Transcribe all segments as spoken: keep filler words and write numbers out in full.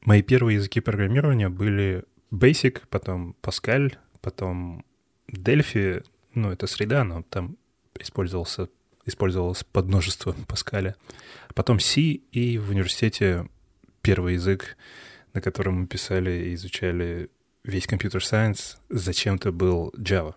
Мои первые языки программирования были Basic, потом Pascal, потом Delphi. Ну, это среда, но там использовался, использовалось подмножество Паскаля. Потом C, и в университете первый язык, на котором мы писали и изучали весь компьютер-сайенс, зачем-то был Java.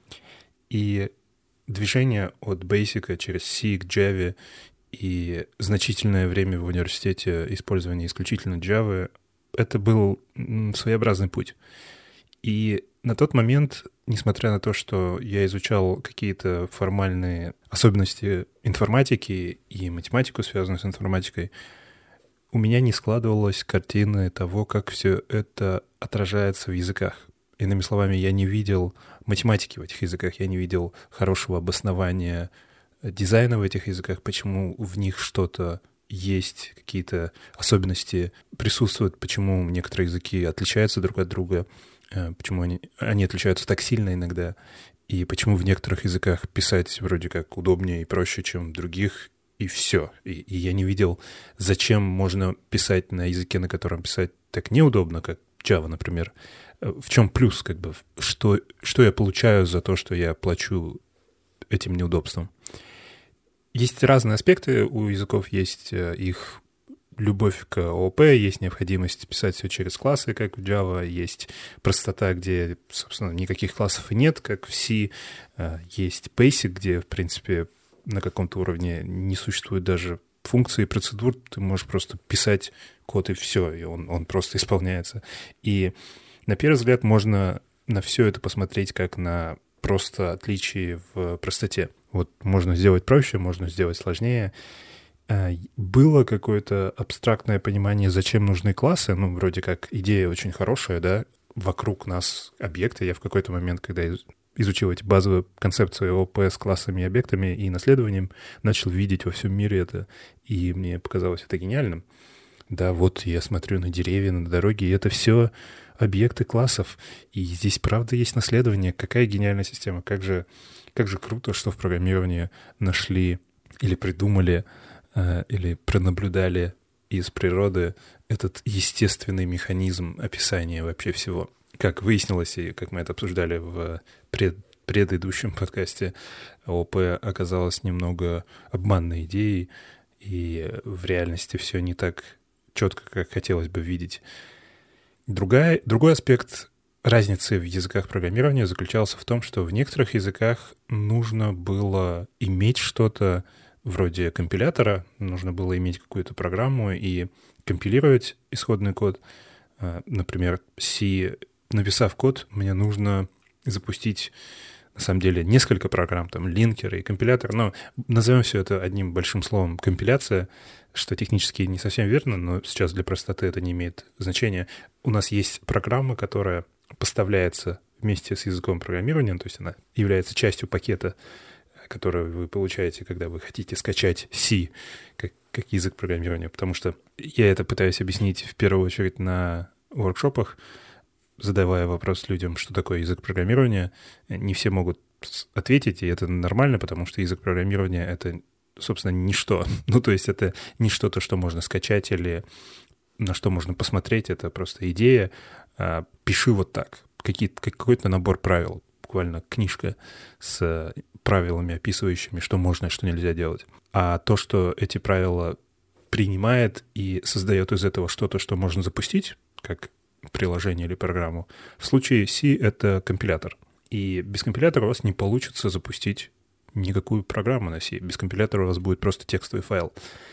И движение от Basic через C к Java и значительное время в университете использования исключительно Java — это был своеобразный путь. И на тот момент, несмотря на то, что я изучал какие-то формальные особенности информатики и математику, связанную с информатикой, у меня не складывалась картины того, как все это отражается в языках. Иными словами, я не видел математики в этих языках, я не видел хорошего обоснования дизайна в этих языках, почему в них что-то есть, какие-то особенности присутствуют, почему некоторые языки отличаются друг от друга, почему они, они отличаются так сильно иногда, и почему в некоторых языках писать вроде как удобнее и проще, чем в других, и все. И, и я не видел, зачем можно писать на языке, на котором писать так неудобно, как Java, например. В чем плюс, как бы, что, что я получаю за то, что я плачу этим неудобством. Есть разные аспекты у языков, есть их любовь к ООП, есть необходимость писать все через классы, как в Java, есть простота, где, собственно, никаких классов и нет, как в C, есть Basic, где, в принципе, на каком-то уровне не существует даже функций и процедур, ты можешь просто писать код и все, и он, он просто исполняется. И на первый взгляд можно на все это посмотреть как на просто отличие в простоте. Вот можно сделать проще, можно сделать сложнее. Было какое-то абстрактное понимание, зачем нужны классы. Ну, вроде как идея очень хорошая, да, вокруг нас объекты. Я в какой-то момент, когда изучил эти базовые концепции ООП с классами, объектами и наследованием, начал видеть во всем мире это, и мне показалось это гениальным. Да, вот я смотрю на деревья, на дороги, и это все объекты классов. И здесь, правда, есть наследование. Какая гениальная система. Как же, как же круто, что в программировании нашли или придумали, э, или пронаблюдали из природы этот естественный механизм описания вообще всего. Как выяснилось, и как мы это обсуждали в пред, предыдущем подкасте, ООП оказалось немного обманной идеей, и в реальности все не так четко, как хотелось бы видеть. Другая, другой аспект разницы в языках программирования заключался в том, что в некоторых языках нужно было иметь что-то вроде компилятора, нужно было иметь какую-то программу и компилировать исходный код. Например, C, написав код, мне нужно запустить, на самом деле, несколько программ, там, линкеры и компилятор, но назовем все это одним большим словом «компиляция», что технически не совсем верно, но сейчас для простоты это не имеет значения. У нас есть программа, которая поставляется вместе с языком программирования, то есть она является частью пакета, который вы получаете, когда вы хотите скачать C как, как язык программирования, потому что я это пытаюсь объяснить в первую очередь на воркшопах, задавая вопрос людям, что такое язык программирования. Не все могут ответить, и это нормально, потому что язык программирования — это, собственно, ничто. Ну, то есть это не что-то, что можно скачать или на что можно посмотреть, это просто идея. А, пиши вот так. Какие-то, какой-то набор правил, буквально книжка с правилами, описывающими, что можно и что нельзя делать. А то, что эти правила принимает и создает из этого что-то, что можно запустить, как приложение или программу, в случае C это компилятор. И без компилятора у вас не получится запустить никакую программу на C. Без компилятора у вас будет просто текстовый файл.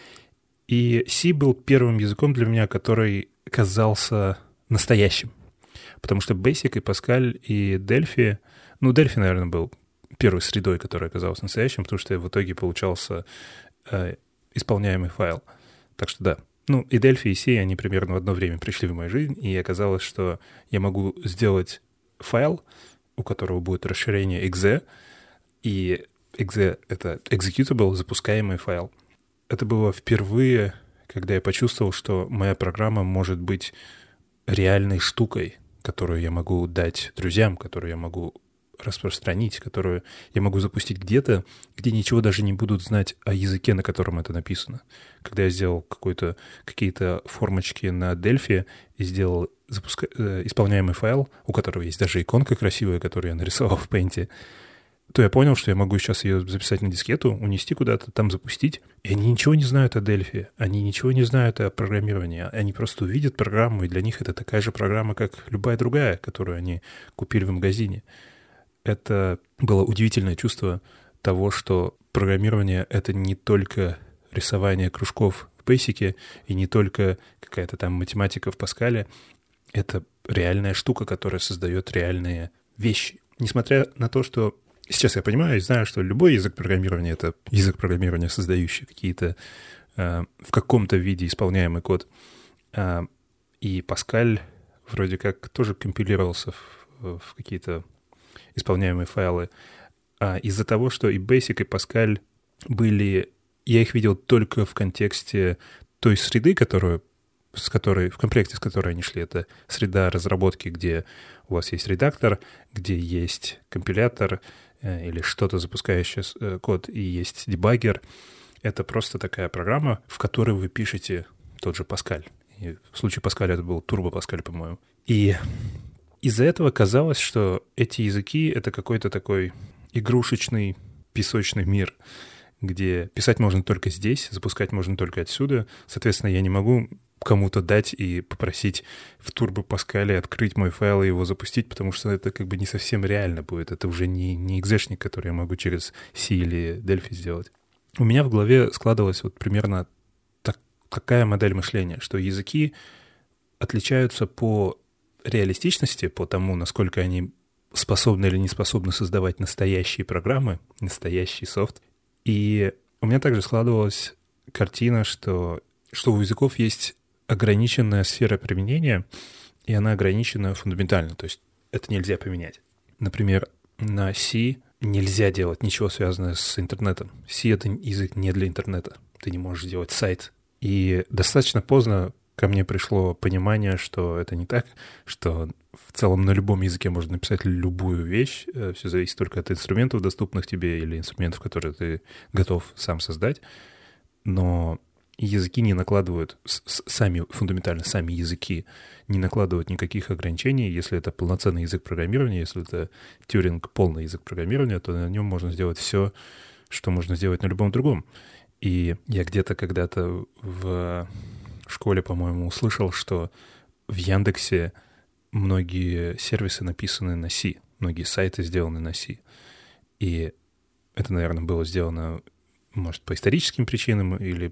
И C был первым языком для меня, который казался настоящим. Потому что Basic и Pascal и Delphi, ну, Delphi, наверное, был первой средой, которая оказалась настоящим, потому что в итоге получался э, исполняемый файл. Так что да. Ну, и Delphi, и C, они примерно в одно время пришли в мою жизнь, и оказалось, что я могу сделать файл, у которого будет расширение .exe, и .exe — это executable, запускаемый файл. Это было впервые, когда я почувствовал, что моя программа может быть реальной штукой, которую я могу дать друзьям, которую я могу распространить, которую я могу запустить где-то, где ничего даже не будут знать о языке, на котором это написано. Когда я сделал какой-то, какие-то формочки на Delphi и сделал запуска... исполняемый файл, у которого есть даже иконка красивая, которую я нарисовал в Paint, то я понял, что я могу сейчас ее записать на дискету, унести куда-то, там запустить. И они ничего не знают о Delphi, они ничего не знают о программировании. Они просто увидят программу, и для них это такая же программа, как любая другая, которую они купили в магазине. Это было удивительное чувство того, что программирование — это не только рисование кружков в Basic и не только какая-то там математика в Паскале. Это реальная штука, которая создает реальные вещи. Несмотря на то, что сейчас я понимаю и знаю, что любой язык программирования — это язык программирования, создающий какие-то э, в каком-то виде исполняемый код. Э, и Паскаль вроде как тоже компилировался в, в какие-то исполняемые файлы. А из-за того, что и Basic, и Паскаль были... Я их видел только в контексте той среды, которую, с которой, в комплекте с которой они шли. Это среда разработки, где у вас есть редактор, где есть компилятор э, или что-то запускающее э, код, и есть дебаггер. Это просто такая программа, в которой вы пишете тот же Паскаль. И в случае Паскаля это был Turbo Паскаль, по-моему. И из-за этого казалось, что эти языки — это какой-то такой игрушечный песочный мир, где писать можно только здесь, запускать можно только отсюда. Соответственно, я не могу кому-то дать и попросить в Turbo Паскале открыть мой файл и его запустить, потому что это как бы не совсем реально будет. Это уже не, не экзешник, который я могу через C или Delphi сделать. У меня в голове складывалась вот примерно так, такая модель мышления, что языки отличаются по реалистичности, по тому, насколько они способны или не способны создавать настоящие программы, настоящий софт. И у меня также складывалась картина, что, что у языков есть ограниченная сфера применения, и она ограничена фундаментально, то есть это нельзя поменять. Например, на C нельзя делать ничего связанное с интернетом. C — это язык не для интернета. Ты не можешь делать сайт. И достаточно поздно ко мне пришло понимание, что это не так, что в целом на любом языке можно написать любую вещь, все зависит только от инструментов, доступных тебе, или инструментов, которые ты готов сам создать, но языки не накладывают, сами фундаментально, сами языки не накладывают никаких ограничений. Если это полноценный язык программирования, если это Тьюринг полный язык программирования, то на нем можно сделать все, что можно сделать на любом другом. И я где-то когда-то в... В школе, по-моему, услышал, что в Яндексе многие сервисы написаны на C, многие сайты сделаны на C. И это, наверное, было сделано, может, по историческим причинам или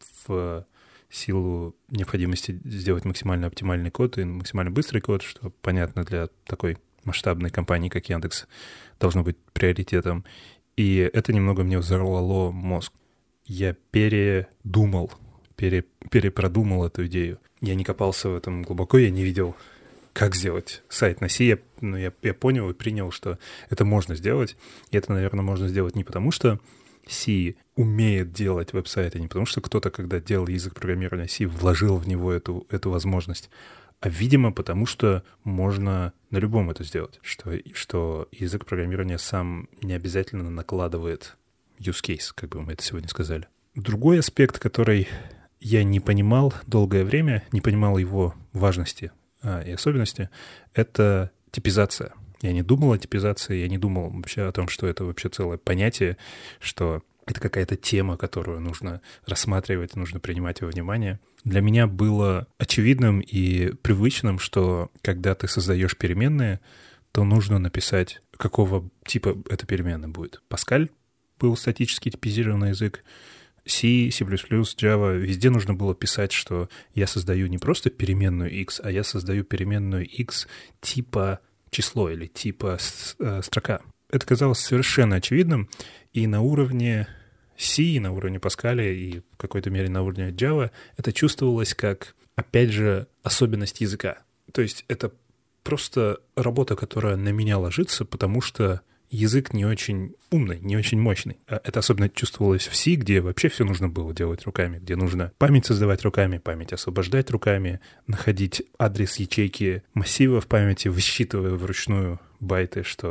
в силу необходимости сделать максимально оптимальный код и максимально быстрый код, что, понятно, для такой масштабной компании, как Яндекс, должно быть приоритетом. И это немного мне взорвало мозг. Я передумал Пере, перепродумал эту идею. Я не копался в этом глубоко, я не видел, как сделать сайт на C. Я, ну, я, я понял и принял, что это можно сделать. И это, наверное, можно сделать не потому, что C умеет делать веб-сайты, не потому что кто-то, когда делал язык программирования C, вложил в него эту, эту возможность, а, видимо, потому что можно на любом это сделать, что, что язык программирования сам не обязательно накладывает use case, как бы мы это сегодня сказали. Другой аспект, который я не понимал долгое время, не понимал его важности а, и особенности, это типизация. Я не думал о типизации, я не думал вообще о том, что это вообще целое понятие, что это какая-то тема, которую нужно рассматривать, нужно принимать во внимание. Для меня было очевидным и привычным, что когда ты создаешь переменные, то нужно написать, какого типа эта переменная будет. Паскаль был статически типизированный язык, C, C++, Java, везде нужно было писать, что я создаю не просто переменную x, а я создаю переменную x типа число или типа э, строка. Это казалось совершенно очевидным, и на уровне C, на уровне Паскаля и в какой-то мере на уровне Java это чувствовалось как, опять же, особенность языка. То есть это просто работа, которая на меня ложится, потому что язык не очень умный, не очень мощный. Это особенно чувствовалось в C, где вообще все нужно было делать руками, где нужно память создавать руками, память освобождать руками, находить адрес ячейки массива в памяти, высчитывая вручную байты, что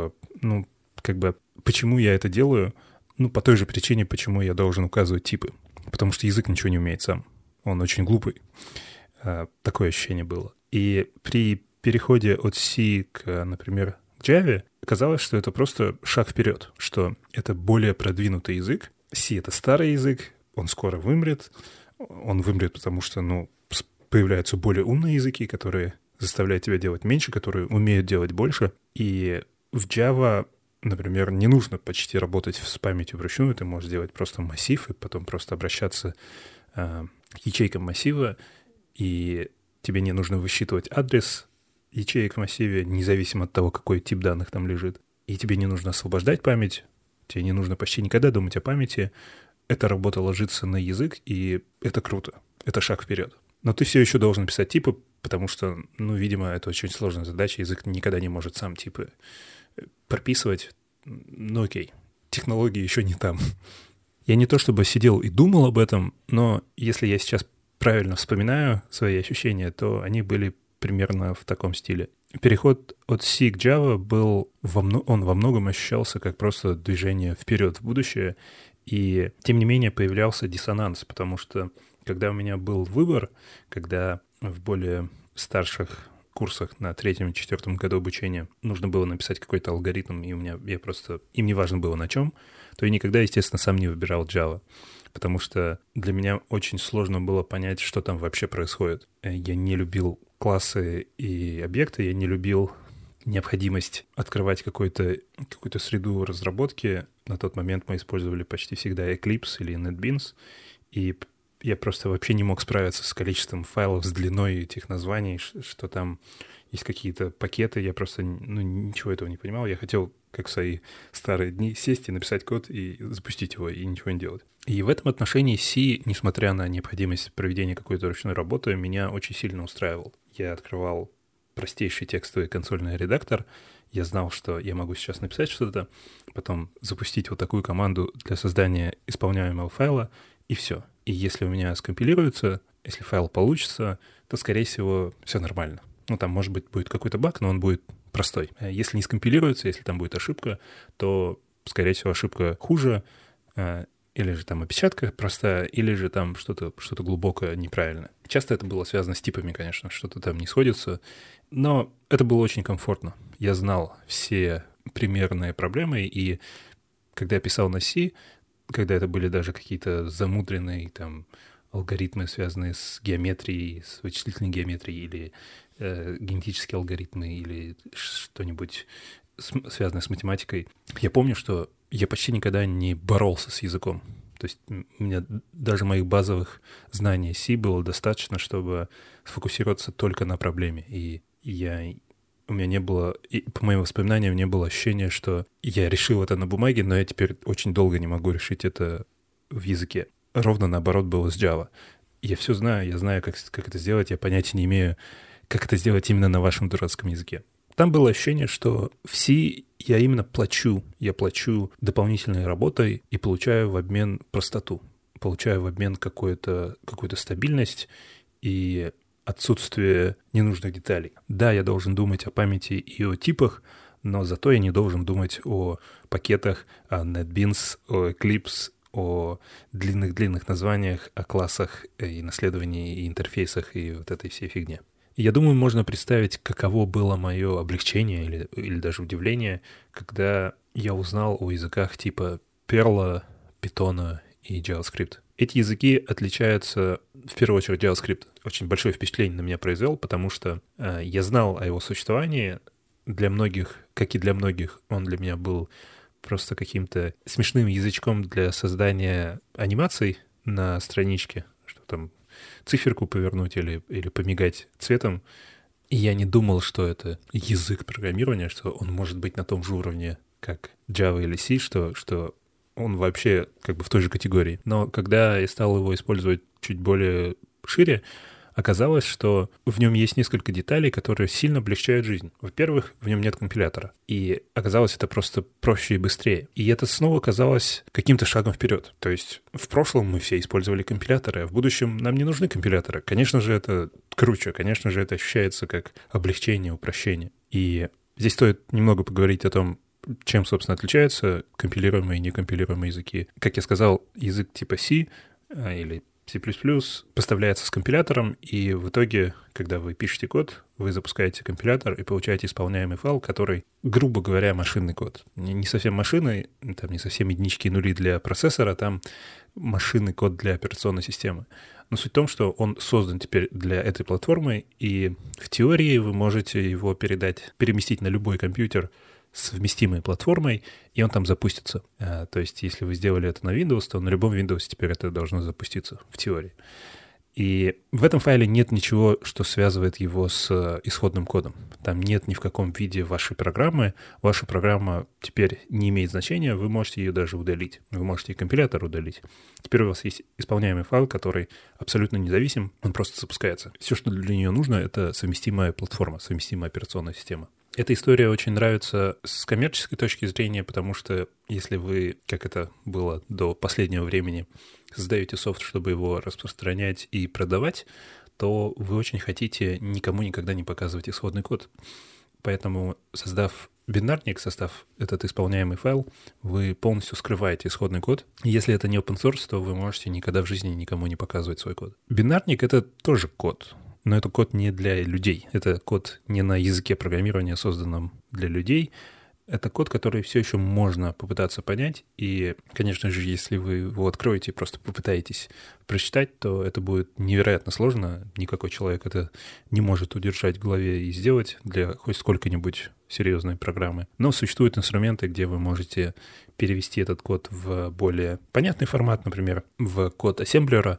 ну, как бы, почему я это делаю? Ну, по той же причине, почему я должен указывать типы. Потому что язык ничего не умеет сам. Он очень глупый. Такое ощущение было. И при переходе от C к, например, к Java, оказалось, что это просто шаг вперед, что это более продвинутый язык. C — это старый язык, он скоро вымрет. Он вымрет, потому что, ну, появляются более умные языки, которые заставляют тебя делать меньше, которые умеют делать больше. И в Java, например, не нужно почти работать с памятью вручную, ты можешь делать просто массив и потом просто обращаться э, к ячейкам массива, и тебе не нужно высчитывать адрес ячеек в массиве, независимо от того, какой тип данных там лежит. И тебе не нужно освобождать память, тебе не нужно почти никогда думать о памяти. Эта работа ложится на язык, и это круто. Это шаг вперед. Но ты все еще должен писать типы, потому что, ну, видимо, это очень сложная задача. Язык никогда не может сам типы прописывать. Ну, окей, технологии еще не там. Я не то чтобы сидел и думал об этом, но если я сейчас правильно вспоминаю свои ощущения, то они были примерно в таком стиле. Переход от C к Java был, во мно... он во многом ощущался как просто движение вперед в будущее, и тем не менее появлялся диссонанс, потому что когда у меня был выбор, когда в более старших курсах на третьем и четвертом году обучения нужно было написать какой-то алгоритм, и у меня я просто им не важно было на чем, то я никогда, естественно, сам не выбирал Java, потому что для меня очень сложно было понять, что там вообще происходит. Я не любил классы и объекты, я не любил необходимость открывать какой-то, какую-то среду разработки. На тот момент мы использовали почти всегда Eclipse или NetBeans, и я просто вообще не мог справиться с количеством файлов, с длиной этих названий, что там есть какие-то пакеты. Я просто, ну, ничего этого не понимал. Я хотел, как в свои старые дни, сесть и написать код и запустить его, и ничего не делать. И в этом отношении C, несмотря на необходимость проведения какой-то ручной работы, меня очень сильно устраивал. Я открывал простейший текстовый консольный редактор. Я знал, что я могу сейчас написать что-то, потом запустить вот такую команду для создания исполняемого файла, и все. И если у меня скомпилируется, если файл получится, то, скорее всего, все нормально. Ну, там, может быть, будет какой-то баг, но он будет простой. Если не скомпилируется, если там будет ошибка, то, скорее всего, ошибка хуже, или же там опечатка простая, или же там что-то, что-то глубокое неправильное. Часто это было связано с типами, конечно, что-то там не сходится, но это было очень комфортно. Я знал все примерные проблемы, и когда я писал на C, когда это были даже какие-то замудренные там алгоритмы, связанные с геометрией, с вычислительной геометрией, или э, генетические алгоритмы, или что-нибудь с, связанное с математикой, я помню, что я почти никогда не боролся с языком. То есть у меня даже моих базовых знаний C было достаточно, чтобы сфокусироваться только на проблеме. И я... У меня не было, и по моим воспоминаниям, не было ощущения, что я решил это на бумаге, но я теперь очень долго не могу решить это в языке. Ровно наоборот было с Java. Я все знаю, я знаю, как, как это сделать, я понятия не имею, как это сделать именно на вашем дурацком языке. Там было ощущение, что в C я именно плачу, я плачу дополнительной работой и получаю в обмен простоту, получаю в обмен какую-то, какую-то стабильность и отсутствие ненужных деталей. Да, я должен думать о памяти и о типах, но зато я не должен думать о пакетах, о NetBeans, о Eclipse, о длинных-длинных названиях, о классах и наследовании, и интерфейсах, и вот этой всей фигне. И я думаю, можно представить, каково было мое облегчение или, или даже удивление, когда я узнал о языках типа Perl, Python и JavaScript. Эти языки отличаются, в первую очередь, JavaScript. Очень большое впечатление на меня произвел, потому что э, я знал о его существовании. Для многих, как и для многих, он для меня был просто каким-то смешным язычком для создания анимаций на страничке, что там циферку повернуть или, или помигать цветом. И я не думал, что это язык программирования, что он может быть на том же уровне, как Java или C, что... что он вообще как бы в той же категории. Но когда я стал его использовать чуть более шире, оказалось, что в нем есть несколько деталей, которые сильно облегчают жизнь. Во-первых, в нем нет компилятора. И оказалось, это просто проще и быстрее. И это снова оказалось каким-то шагом вперед. То есть в прошлом мы все использовали компиляторы, а в будущем нам не нужны компиляторы. Конечно же, это круче. Конечно же, это ощущается как облегчение, упрощение. И здесь стоит немного поговорить о том, Чем, собственно, отличаются компилируемые и некомпилируемые языки? Как я сказал, язык типа C или C++ поставляется с компилятором, и в итоге, когда вы пишете код, вы запускаете компилятор и получаете исполняемый файл, который, грубо говоря, машинный код. Не совсем машины, там не совсем единички и нули для процессора, там машинный код для операционной системы. Но суть в том, что он создан теперь для этой платформы, и в теории вы можете его передать, переместить на любой компьютер с совместимой платформой, и он там запустится. А, то есть, если вы сделали это на Windows, то на любом Windows теперь это должно запуститься в теории. И в этом файле нет ничего, что связывает его с исходным кодом. Там нет ни в каком виде вашей программы. Ваша программа теперь не имеет значения, вы можете ее даже удалить. Вы можете и компилятор удалить. Теперь у вас есть исполняемый файл, который абсолютно независим, он просто запускается. Все, что для нее нужно, это совместимая платформа, совместимая операционная система. Эта история очень нравится с коммерческой точки зрения, потому что если вы, как это было до последнего времени, создаете софт, чтобы его распространять и продавать, то вы очень хотите никому никогда не показывать исходный код. Поэтому, создав бинарник, создав этот исполняемый файл, вы полностью скрываете исходный код. Если это не open source, то вы можете никогда в жизни никому не показывать свой код. Бинарник — это тоже код. Но это код не для людей. Это код не на языке программирования, созданном для людей. Это код, который все еще можно попытаться понять. И, конечно же, если вы его откроете и просто попытаетесь прочитать, то это будет невероятно сложно. Никакой человек это не может удержать в голове и сделать для хоть сколько-нибудь серьезной программы. Но существуют инструменты, где вы можете перевести этот код в более понятный формат, например, в код ассемблера,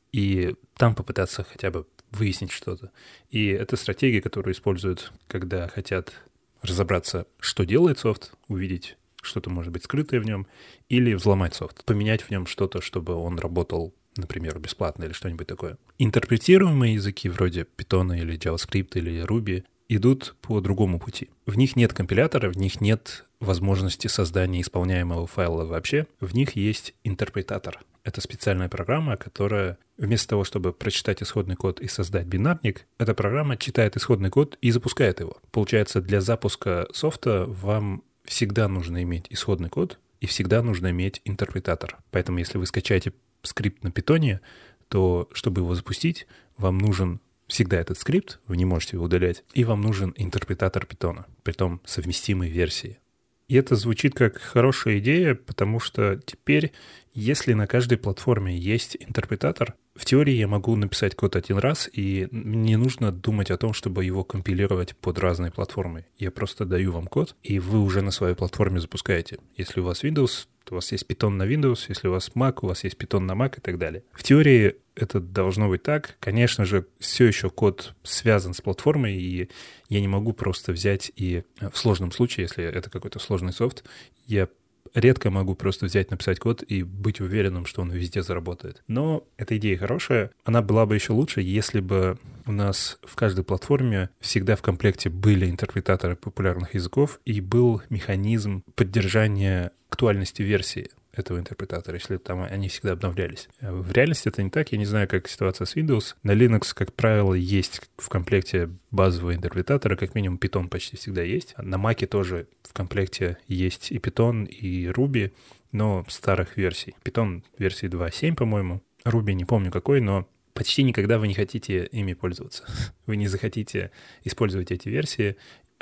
и там попытаться хотя бы выяснить что-то. И это стратегия, которую используют, когда хотят разобраться, что делает софт, увидеть что-то, может быть, скрытое в нем, или взломать софт, поменять в нем что-то, чтобы он работал, например, бесплатно или что-нибудь такое. Интерпретируемые языки вроде Python или JavaScript или Ruby идут по другому пути. В них нет компилятора, в них нет возможности создания исполняемого файла вообще. В них есть интерпретатор. Это специальная программа, которая вместо того, чтобы прочитать исходный код и создать бинарник, эта программа читает исходный код и запускает его. Получается, для запуска софта вам всегда нужно иметь исходный код и всегда нужно иметь интерпретатор. Поэтому если вы скачаете скрипт на Python, то чтобы его запустить, вам нужен всегда этот скрипт, вы не можете его удалять, и вам нужен интерпретатор Python, притом совместимой версии. И это звучит как хорошая идея, потому что теперь, если на каждой платформе есть интерпретатор, в теории я могу написать код один раз, и не нужно думать о том, чтобы его компилировать под разные платформы. Я просто даю вам код, и вы уже на своей платформе запускаете. Если у вас Windows, то у вас есть Python на Windows, если у вас Mac, у вас есть Python на Mac и так далее. В теории это должно быть так. Конечно же, все еще код связан с платформой, и я не могу просто взять и в сложном случае, если это какой-то сложный софт, я редко могу просто взять, написать код и быть уверенным, что он везде заработает. Но эта идея хорошая. Она была бы еще лучше, если бы у нас в каждой платформе всегда в комплекте были интерпретаторы популярных языков и был механизм поддержания актуальности версии этого интерпретатора, если там они всегда обновлялись. В реальности это не так. Я не знаю, как ситуация с Windows. На Linux, как правило, есть в комплекте базовые интерпретаторы, как минимум Python почти всегда есть. На Mac тоже в комплекте есть и Python, и Ruby, но старых версий. Python версии два точка семь, по-моему. Ruby не помню какой, но почти никогда вы не хотите ими пользоваться. Вы не захотите использовать эти версии.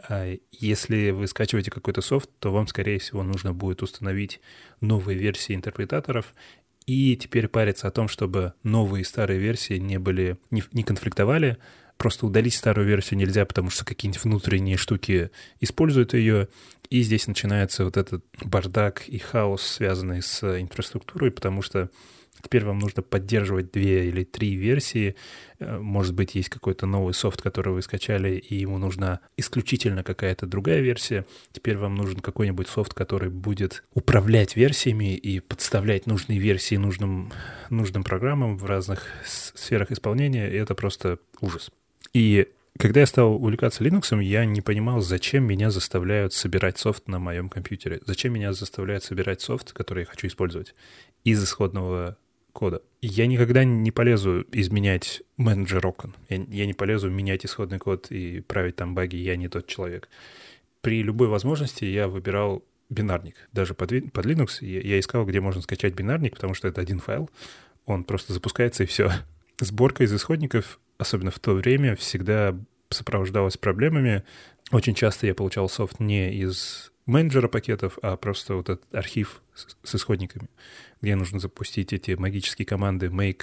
Если вы скачиваете какой-то софт, то вам, скорее всего, нужно будет установить новые версии интерпретаторов и теперь париться о том, чтобы новые и старые версии не были, не, не конфликтовали. Просто удалить старую версию нельзя, потому что какие-нибудь внутренние штуки используют ее, и здесь начинается вот этот бардак и хаос, связанный с инфраструктурой, потому что теперь вам нужно поддерживать две или три версии. Может быть, есть какой-то новый софт, который вы скачали, и ему нужна исключительно какая-то другая версия. Теперь вам нужен какой-нибудь софт, который будет управлять версиями и подставлять нужные версии нужным, нужным программам в разных сферах исполнения. И это просто ужас. И когда я стал увлекаться Linux, я не понимал, зачем меня заставляют собирать софт на моем компьютере. Зачем меня заставляют собирать софт, который я хочу использовать из исходного кода. Я никогда не полезу изменять менеджер окон. Я, я не полезу менять исходный код и править там баги. Я не тот человек. При любой возможности я выбирал бинарник. Даже под, под Linux я, я искал, где можно скачать бинарник, потому что это один файл, он просто запускается и все. Сборка из исходников, особенно в то время, всегда сопровождалась проблемами. Очень часто я получал софт не из менеджера пакетов, а просто вот этот архив с, с исходниками, где нужно запустить эти магические команды make,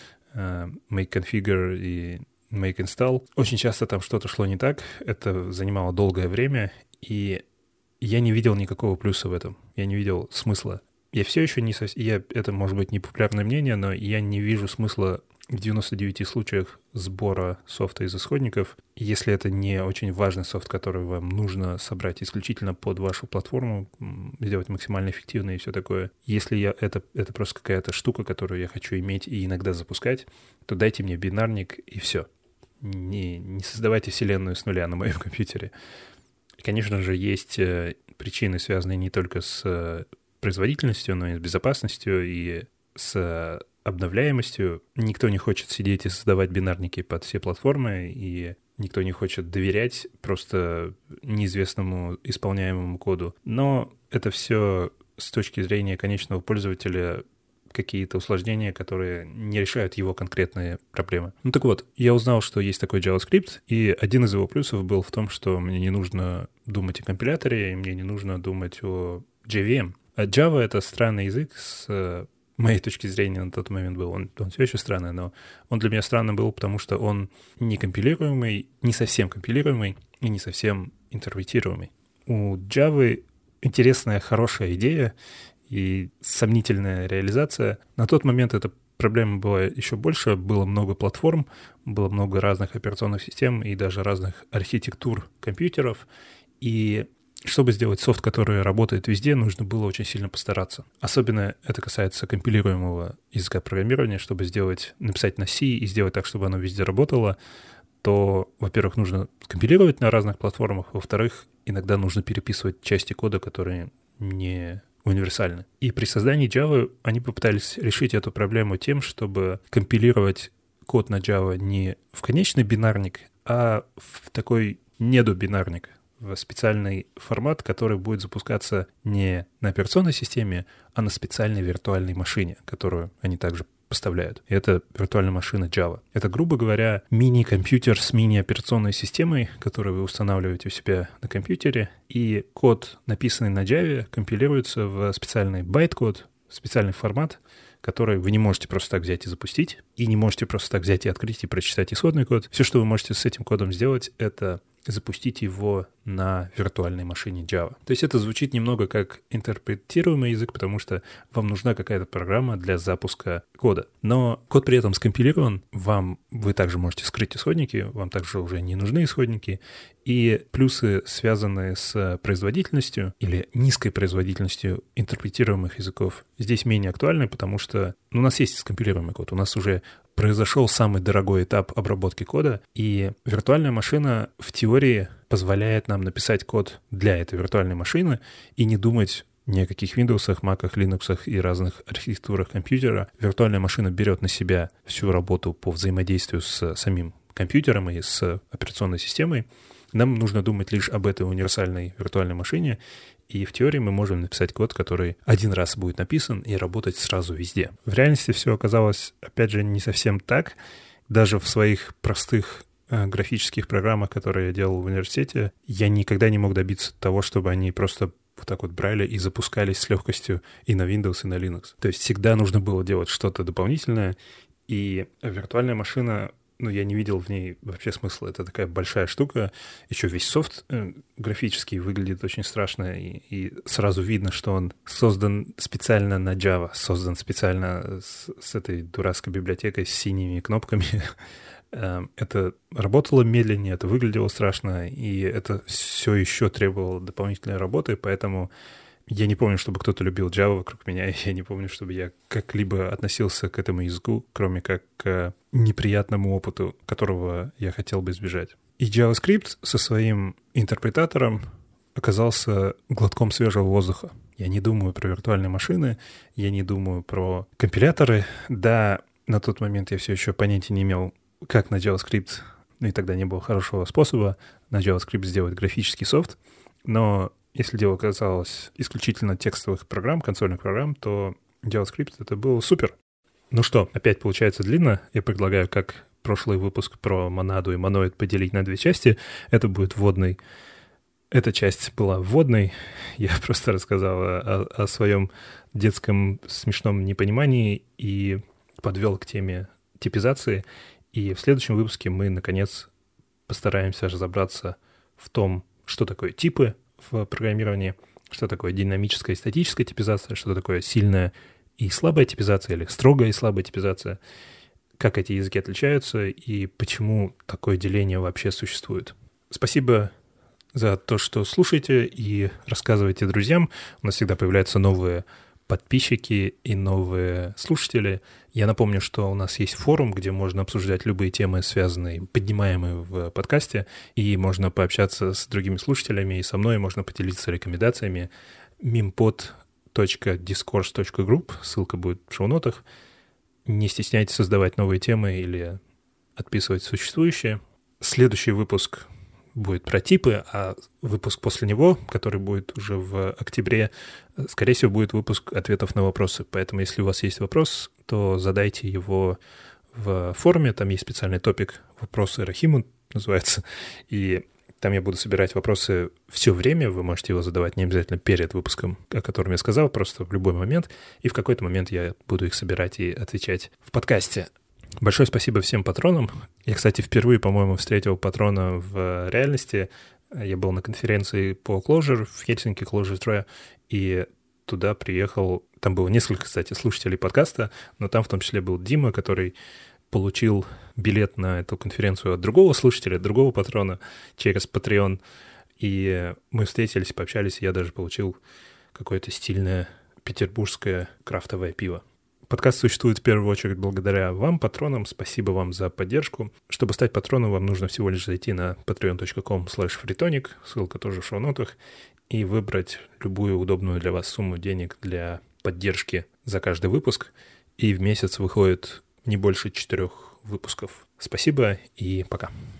uh, make configure и make install. Очень часто там что-то шло не так, это занимало долгое время, и я не видел никакого плюса в этом, я не видел смысла. Я все еще не совсем... Я, это может быть непопулярное мнение, но я не вижу смысла в девяноста девяти случаях сбора софта из исходников, если это не очень важный софт, который вам нужно собрать исключительно под вашу платформу, сделать максимально эффективно и все такое. Если я, это, это просто какая-то штука, которую я хочу иметь и иногда запускать, то дайте мне бинарник и все. Не, не создавайте вселенную с нуля на моем компьютере. И, конечно же, есть причины, связанные не только с производительностью, но и с безопасностью и с обновляемостью. Никто не хочет сидеть и создавать бинарники под все платформы, и никто не хочет доверять просто неизвестному исполняемому коду. Но это все с точки зрения конечного пользователя какие-то усложнения, которые не решают его конкретные проблемы. Ну так вот, я узнал, что есть такой JavaScript, и один из его плюсов был в том, что мне не нужно думать о компиляторе, и мне не нужно думать о джей ви эм. А Java — это странный язык с моей точки зрения на тот момент был. Он, он все еще странный, но он для меня странным был, потому что он не компилируемый, не совсем компилируемый и не совсем интерпретируемый. У Java интересная, хорошая идея и сомнительная реализация. На тот момент эта проблема была еще больше. Было много платформ, было много разных операционных систем и даже разных архитектур компьютеров. И чтобы сделать софт, который работает везде, нужно было очень сильно постараться. Особенно это касается компилируемого языка программирования. Чтобы сделать, написать на C и сделать так, чтобы оно везде работало, то, во-первых, нужно компилировать на разных платформах, во-вторых, иногда нужно переписывать части кода, которые не универсальны. И при создании Java они попытались решить эту проблему тем, чтобы компилировать код на Java не в конечный бинарник, а в такой недобинарник, в специальный формат, который будет запускаться не на операционной системе, а на специальной виртуальной машине, которую они также поставляют. И это виртуальная машина Java. Это, грубо говоря, мини-компьютер с мини-операционной системой, которую вы устанавливаете у себя на компьютере, и код, написанный на Java, компилируется в специальный байт-код, специальный формат, который вы не можете просто так взять и запустить, и не можете просто так взять и открыть и прочитать исходный код. Все, что вы можете с этим кодом сделать, это запустить его на виртуальной машине Java. То есть это звучит немного как интерпретируемый язык, потому что вам нужна какая-то программа для запуска кода. Но код при этом скомпилирован, вам, вы также можете скрыть исходники, вам также уже не нужны исходники, и плюсы, связанные с производительностью или низкой производительностью интерпретируемых языков, здесь менее актуальны, потому что ну, у нас есть скомпилируемый код, у нас уже произошел самый дорогой этап обработки кода, и виртуальная машина в теории позволяет нам написать код для этой виртуальной машины и не думать ни о каких Windows, Mac, Linux и разных архитектурах компьютера. Виртуальная машина берет на себя всю работу по взаимодействию с самим компьютером и с операционной системой. Нам нужно думать лишь об этой универсальной виртуальной машине, и в теории мы можем написать код, который один раз будет написан и работать сразу везде. В реальности все оказалось, опять же, не совсем так. Даже в своих простых э, графических программах, которые я делал в университете, я никогда не мог добиться того, чтобы они просто вот так вот брали и запускались с легкостью и на Windows, и на Linux. То есть всегда нужно было делать что-то дополнительное, и виртуальная машина... Ну, я не видел в ней вообще смысла. Это такая большая штука. Еще весь софт э, графический выглядит очень страшно, и, и сразу видно, что он создан специально на Java, создан специально с, с этой дурацкой библиотекой с синими кнопками. Это работало медленнее, это выглядело страшно, и это все еще требовало дополнительной работы, поэтому... Я не помню, чтобы кто-то любил Java вокруг меня, я не помню, чтобы я как-либо относился к этому языку, кроме как к неприятному опыту, которого я хотел бы избежать. И JavaScript со своим интерпретатором оказался глотком свежего воздуха. Я не думаю про виртуальные машины, я не думаю про компиляторы. Да, на тот момент я все еще понятия не имел, как на JavaScript, ну и тогда не было хорошего способа на JavaScript сделать графический софт, но Если дело касалось исключительно текстовых программ, консольных программ, то JavaScript — это был супер. Ну что, опять получается длинно. Я предлагаю, как прошлый выпуск про монаду и моноид, поделить на две части. Это будет вводный. Эта часть была вводной. Я просто рассказал о, о своем детском смешном непонимании и подвел к теме типизации. И в следующем выпуске мы, наконец, постараемся разобраться в том, что такое типы в программировании, что такое динамическая и статическая типизация, что такое сильная и слабая типизация или строгая и слабая типизация, как эти языки отличаются и почему такое деление вообще существует. Спасибо за то, что слушаете и рассказываете друзьям. У нас всегда появляются новые подписчики и новые слушатели. Я напомню, что у нас есть форум, где можно обсуждать любые темы, связанные, поднимаемые в подкасте, и можно пообщаться с другими слушателями, и со мной можно поделиться рекомендациями. мимпод точка дискорс точка групп, ссылка будет в шоу-нотах. Не стесняйтесь создавать новые темы или отписывать существующие. Следующий выпуск будет про типы, а выпуск после него, который будет уже в октябре, скорее всего, будет выпуск ответов на вопросы. Поэтому, если у вас есть вопрос, то задайте его в форуме. Там есть специальный топик «Вопросы Рахиму» называется. И там я буду собирать вопросы все время. Вы можете его задавать не обязательно перед выпуском, о котором я сказал, просто в любой момент. И в какой-то момент я буду их собирать и отвечать в подкасте. Большое спасибо всем патронам. Я, кстати, впервые, по-моему, встретил патрона в реальности. Я был на конференции по Clojure в Хельсинки, Clojure три, и туда приехал... Там было несколько, кстати, слушателей подкаста, но там в том числе был Дима, который получил билет на эту конференцию от другого слушателя, от другого патрона через Patreon. И мы встретились, пообщались, и я даже получил какое-то стильное петербургское крафтовое пиво. Подкаст существует в первую очередь благодаря вам, патронам. Спасибо вам за поддержку. Чтобы стать патроном, вам нужно всего лишь зайти на patreon точка com слэш freetonic, ссылка тоже в шоу-нотах, и выбрать любую удобную для вас сумму денег для поддержки за каждый выпуск. И в месяц выходит не больше четырех выпусков. Спасибо и пока.